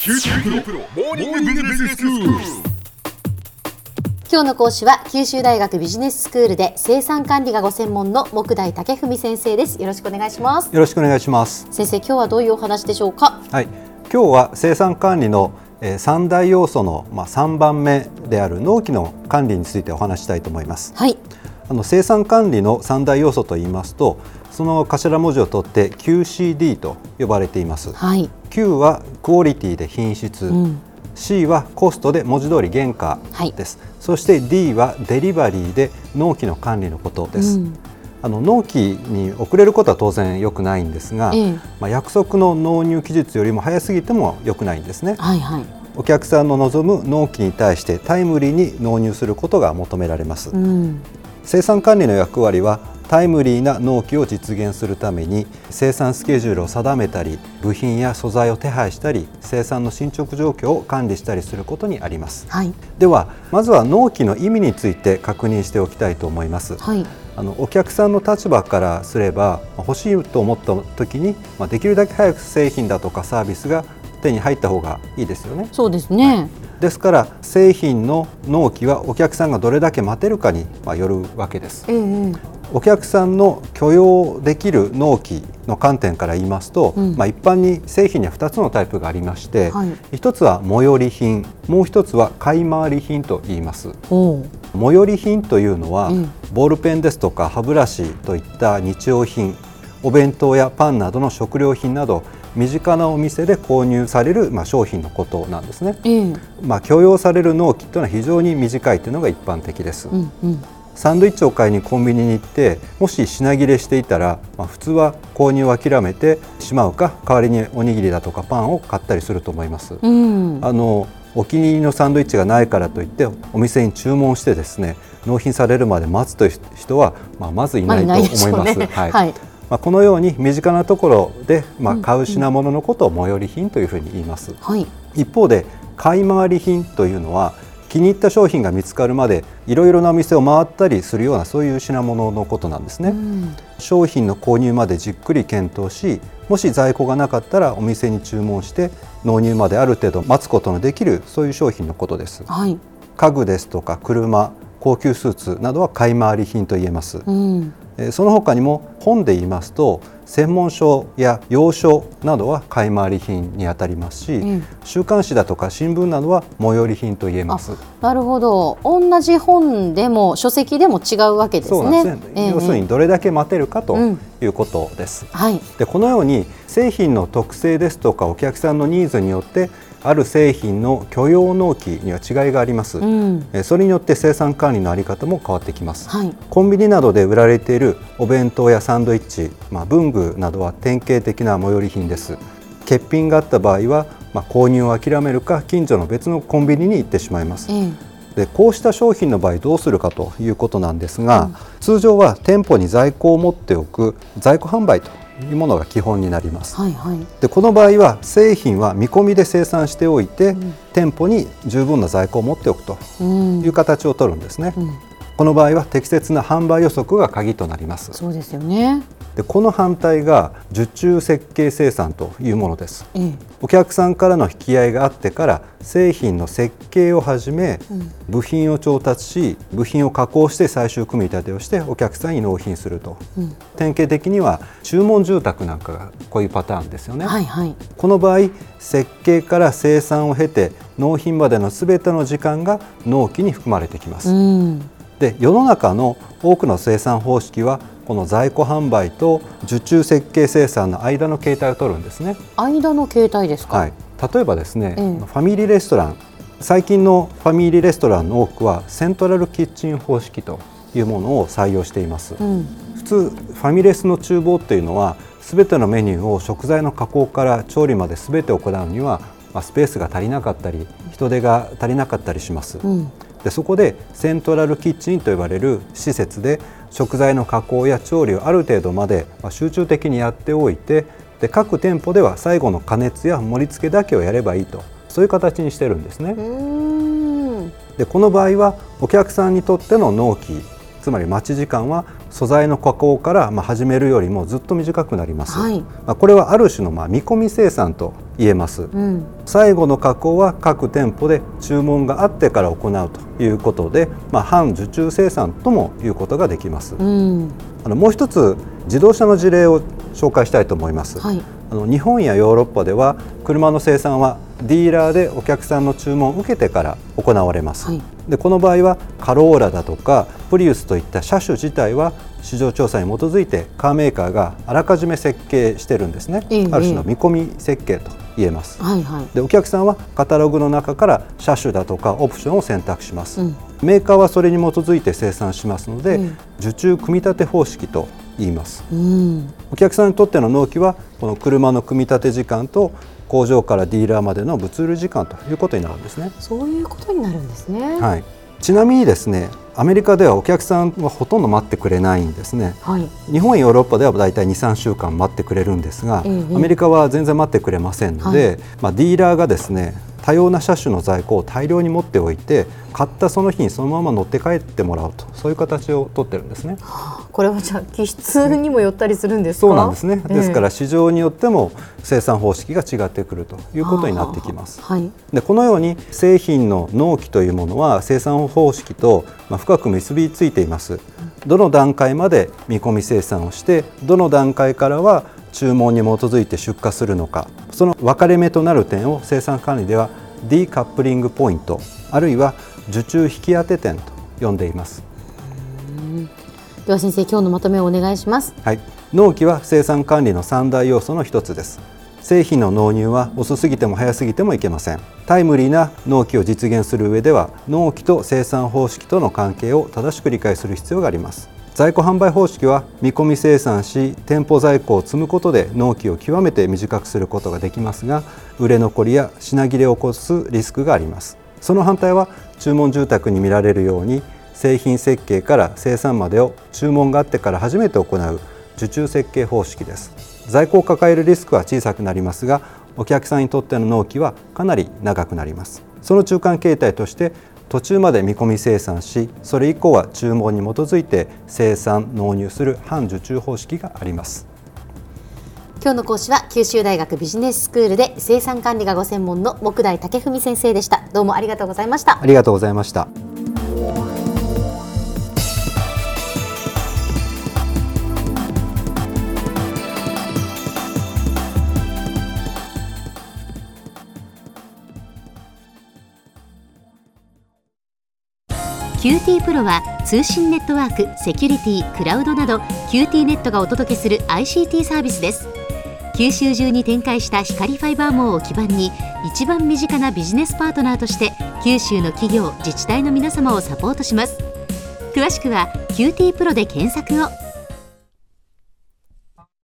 九州大学モーニングビジネススクール。 今日の講師は九州大学ビジネススクールで生産管理がご専門の杢代武文先生です。よろしくお願いします。 よろしくお願いします。 先生、今日はどういうお話でしょうか。 はい、今日は生産管理の3大要素の3番目である納期の管理についてお話したいと思います。 はい。 生産管理の3大要素といいますと、その頭文字を取って QCD と呼ばれています。 はい、 Q はクオリティで品質、C はコストで文字通り原価です。そして D はデリバリーで納期の管理のことです。納期に遅れることは当然良くないんですが、約束の納入期日よりも早すぎても良くないんですね。 はいはい、 お客さんの望む納期に対してタイムリーに納入することが求められます。生産管理の役割はタイムリーな納期を実現するために生産スケジュールを定めたり、部品や素材を手配したり、生産の進捗状況を管理したりすることにあります。はい、ではまずは納期の意味について確認しておきたいと思います。はい、お客さんの立場からすれば欲しいと思った時にできるだけ早く製品だとかサービスが手に入った方がいいですよね。 そうですね。はい、 ですから製品の納期はお客さんがどれだけ待てるかによるわけです。お客さんの許容できる納期の観点から言いますと、一般に製品には2つのタイプがありまして、1つは最寄り品、もう1つは買い回り品と言います。最寄り品というのは、ボールペンですとか歯ブラシといった日用品、お弁当やパンなどの食料品など身近なお店で購入される商品のことなんですね。許容される納期というのは非常に短いというのが一般的です。サンドイッチを買いにコンビニに行って、もし品切れしていたら、普通は購入を諦めてしまうか、代わりにおにぎりだとかパンを買ったりすると思います。お気に入りのサンドイッチがないからといってお店に注文してですね、納品されるまで待つという人はまずいないと思います。このように身近なところで買う品物のことを最寄り品というふうに言います。一方で買い回り品というのは、気に入った商品が見つかるまでいろいろなお店を回ったりするような、そういう品物のことなんですね。商品の購入までじっくり検討し、もし在庫がなかったらお店に注文して納入まである程度待つことのできる、そういう商品のことです。家具ですとか車、高級スーツなどは買い回り品と言えます。その他にも本で言いますと、専門書や洋書などは買い回り品にあたりますし、週刊誌だとか新聞などは最寄り品と言えます。 なるほど。同じ本でも書籍でも違うわけですね。 そうなんですね。要するにどれだけ待てるかということです。でこのように製品の特性ですとかお客さんのニーズによってある製品の許容納期には違いがあります。それによって生産管理の在り方も変わってきます。コンビニなどで売られているお弁当やサンドイッチ、文具などは典型的な最寄り品です。欠品があった場合は、購入を諦めるか近所の別のコンビニに行ってしまいます。でこうした商品の場合どうするかということなんですが、通常は店舗に在庫を持っておく在庫販売というものが基本になります。でこの場合は製品は見込みで生産しておいて、店舗に十分な在庫を持っておくという形を取るんですね。この場合は適切な販売予測が鍵となります。 そうですよね。 でこの反対が受注設計生産というものです。お客さんからの引き合いがあってから製品の設計をはじめ、部品を調達し、部品を加工して最終組み立てをしてお客さんに納品すると。典型的には注文住宅なんかがこういうパターンですよね。この場合設計から生産を経て納品までのすべての時間が納期に含まれてきます。で世の中の多くの生産方式はこの在庫販売と受注設計生産の間の形態を取るんですね。 間の形態ですか。 例えばですね、ファミリーレストラン、最近のファミリーレストランの多くはセントラルキッチン方式というものを採用しています。普通ファミレスの厨房というのは全てのメニューを食材の加工から調理まで全て行うには、スペースが足りなかったり人手が足りなかったりします。でそこでセントラルキッチンと呼ばれる施設で食材の加工や調理をある程度まで集中的にやっておいて、で各店舗では最後の加熱や盛り付けだけをやればいいと、そういう形にしてるんですね。でこの場合はお客さんにとっての納期、つまり待ち時間は素材の加工から始めるよりもずっと短くなります、 はい。 これはある種の見込み生産と言えます、最後の加工は各店舗で注文があってから行うということで、半受注生産ともいうことができます、もう一つ自動車の事例を紹介したいと思います、はい、日本やヨーロッパでは車の生産はディーラーでお客さんの注文を受けてから行われます、はい、でこの場合はカローラだとかプリウスといった車種自体は市場調査に基づいてカーメーカーがあらかじめ設計してるんですね、ある種の見込み設計と言えます、はいはい、でお客さんはカタログの中から車種だとかオプションを選択します、メーカーはそれに基づいて生産しますので、受注組み立て方式と言います、お客さんにとっての納期はこの車の組み立て時間と工場からディーラーまでの物流時間ということになるんですね。 そういうことになるんですね、 はい、ちなみにですね、アメリカではお客さんはほとんど待ってくれないんですね、はい、日本やヨーロッパではだいたい 2,3 週間待ってくれるんですが、アメリカは全然待ってくれませんので、ディーラーがですね多様な車種の在庫を大量に持っておいて買ったその日にそのまま乗って帰ってもらうと、そういう形を取ってるんですね。 これはじゃあ気質にもよったりするんですか？ そうなんですね、ですから市場によっても生産方式が違ってくるということになってきます、はい、でこのように製品の納期というものは生産方式と深く結びついています。どの段階まで見込み生産をしてどの段階からは注文に基づいて出荷するのか、その分かれ目となる点を生産管理ではディカップリングポイント、あるいは受注引き当て点と呼んでいます。 では先生、今日のまとめをお願いします。 はい、納期は生産管理の3大要素の一つです。製品の納入は遅すぎても早すぎてもいけません。タイムリーな納期を実現する上では納期と生産方式との関係を正しく理解する必要があります。在庫販売方式は見込み生産し店舗在庫を積むことで納期を極めて短くすることができますが、売れ残りや品切れを起こすリスクがあります。その反対は注文住宅に見られるように製品設計から生産までを注文があってから初めて行う受注設計方式です。在庫を抱えるリスクは小さくなりますが、お客さんにとっての納期はかなり長くなります。その中間形態として途中まで見込み生産し、それ以降は注文に基づいて生産納入する半受注方式があります。 今日の講師は九州大学ビジネススクールで生産管理がご専門の杢代武文先生でした。どうもありがとうございました。 ありがとうございました。 QT プロは通信ネットワーク、セキュリティ、クラウドなど QT ネットがお届けする ICT サービスです。九州中に展開した光ファイバー網を基盤に一番身近なビジネスパートナーとして九州の企業、自治体の皆様をサポートします。詳しくは QT プロで検索を。